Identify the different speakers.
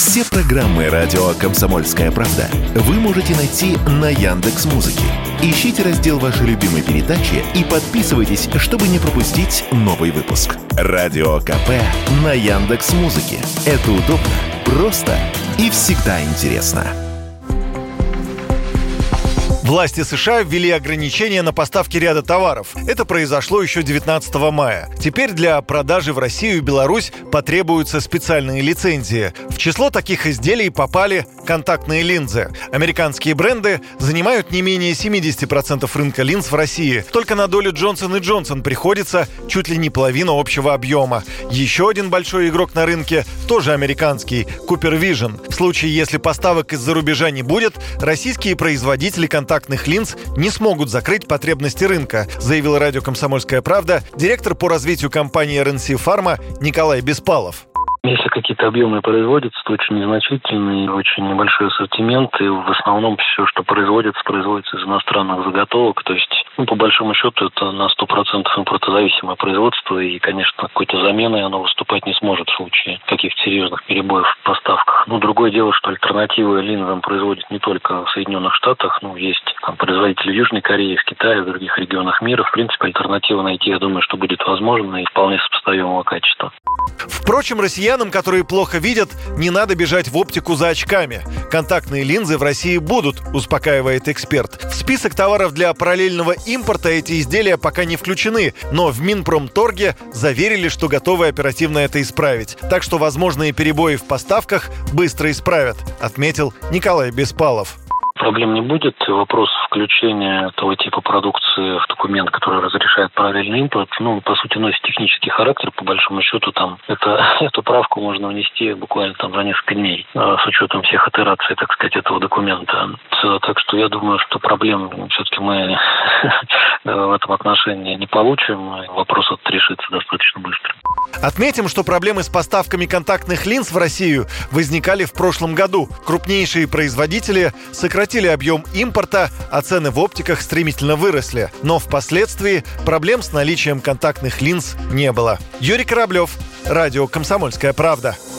Speaker 1: Все программы радио «Комсомольская правда» вы можете найти на Яндекс.Музыке. Ищите раздел вашей любимой передачи и подписывайтесь, чтобы не пропустить новый выпуск. Радио КП на Яндекс.Музыке. Это удобно, просто и всегда интересно.
Speaker 2: Власти США ввели ограничения на поставки ряда товаров. Это произошло еще 19 мая. Теперь для продажи в Россию и Беларусь потребуются специальные лицензии. В число таких изделий попали контактные линзы. Американские бренды занимают не менее 70% рынка линз в России. Только на долю Johnson & Johnson приходится чуть ли не половина общего объема. Еще один большой игрок на рынке, тоже американский, Cooper Vision. В случае, если поставок из-за рубежа не будет, российские производители контактных линз не смогут закрыть потребности рынка, заявил радио «Комсомольская правда» директор по развитию компании РНС Фарма Николай Беспалов.
Speaker 3: Если какие-то объемы производятся, то очень незначительные, очень небольшой ассортимент, и в основном все, что производится из иностранных заготовок. То есть, по большому счету, это на 100% импортозависимое производство, и, конечно, какой-то заменой оно выступать не сможет в случае каких-то серьезных перебоев в поставках. Другое дело, что альтернативы линзам производят не только в Соединенных Штатах, есть производители в Южной Корее, в Китае, в других регионах мира. В принципе, альтернативы найти, я думаю, что будет возможно и вполне сопоставимого качества.
Speaker 2: Впрочем, россиянам, которые плохо видят, не надо бежать в оптику за очками. Контактные линзы в России будут, успокаивает эксперт. В список товаров для параллельного импорта эти изделия пока не включены, но в Минпромторге заверили, что готовы оперативно это исправить. Так что возможные перебои в поставках быстро исправят, отметил Николай Беспалов.
Speaker 3: Проблем не будет. Вопрос включения того типа продукции в документ, который разрешает параллельный импорт, по сути, носит технический характер. По большому счету, эту правку можно внести буквально за несколько дней с учетом всех итераций, так сказать, этого документа. Так что я думаю, что проблем все-таки мы в этом отношении не получим. Вопрос этот решится достаточно быстро.
Speaker 2: Отметим, что проблемы с поставками контактных линз в Россию возникали в прошлом году. Крупнейшие производители сократили объем импорта, а цены в оптиках стремительно выросли. Но впоследствии проблем с наличием контактных линз не было. Юрий Кораблев, радио «Комсомольская правда».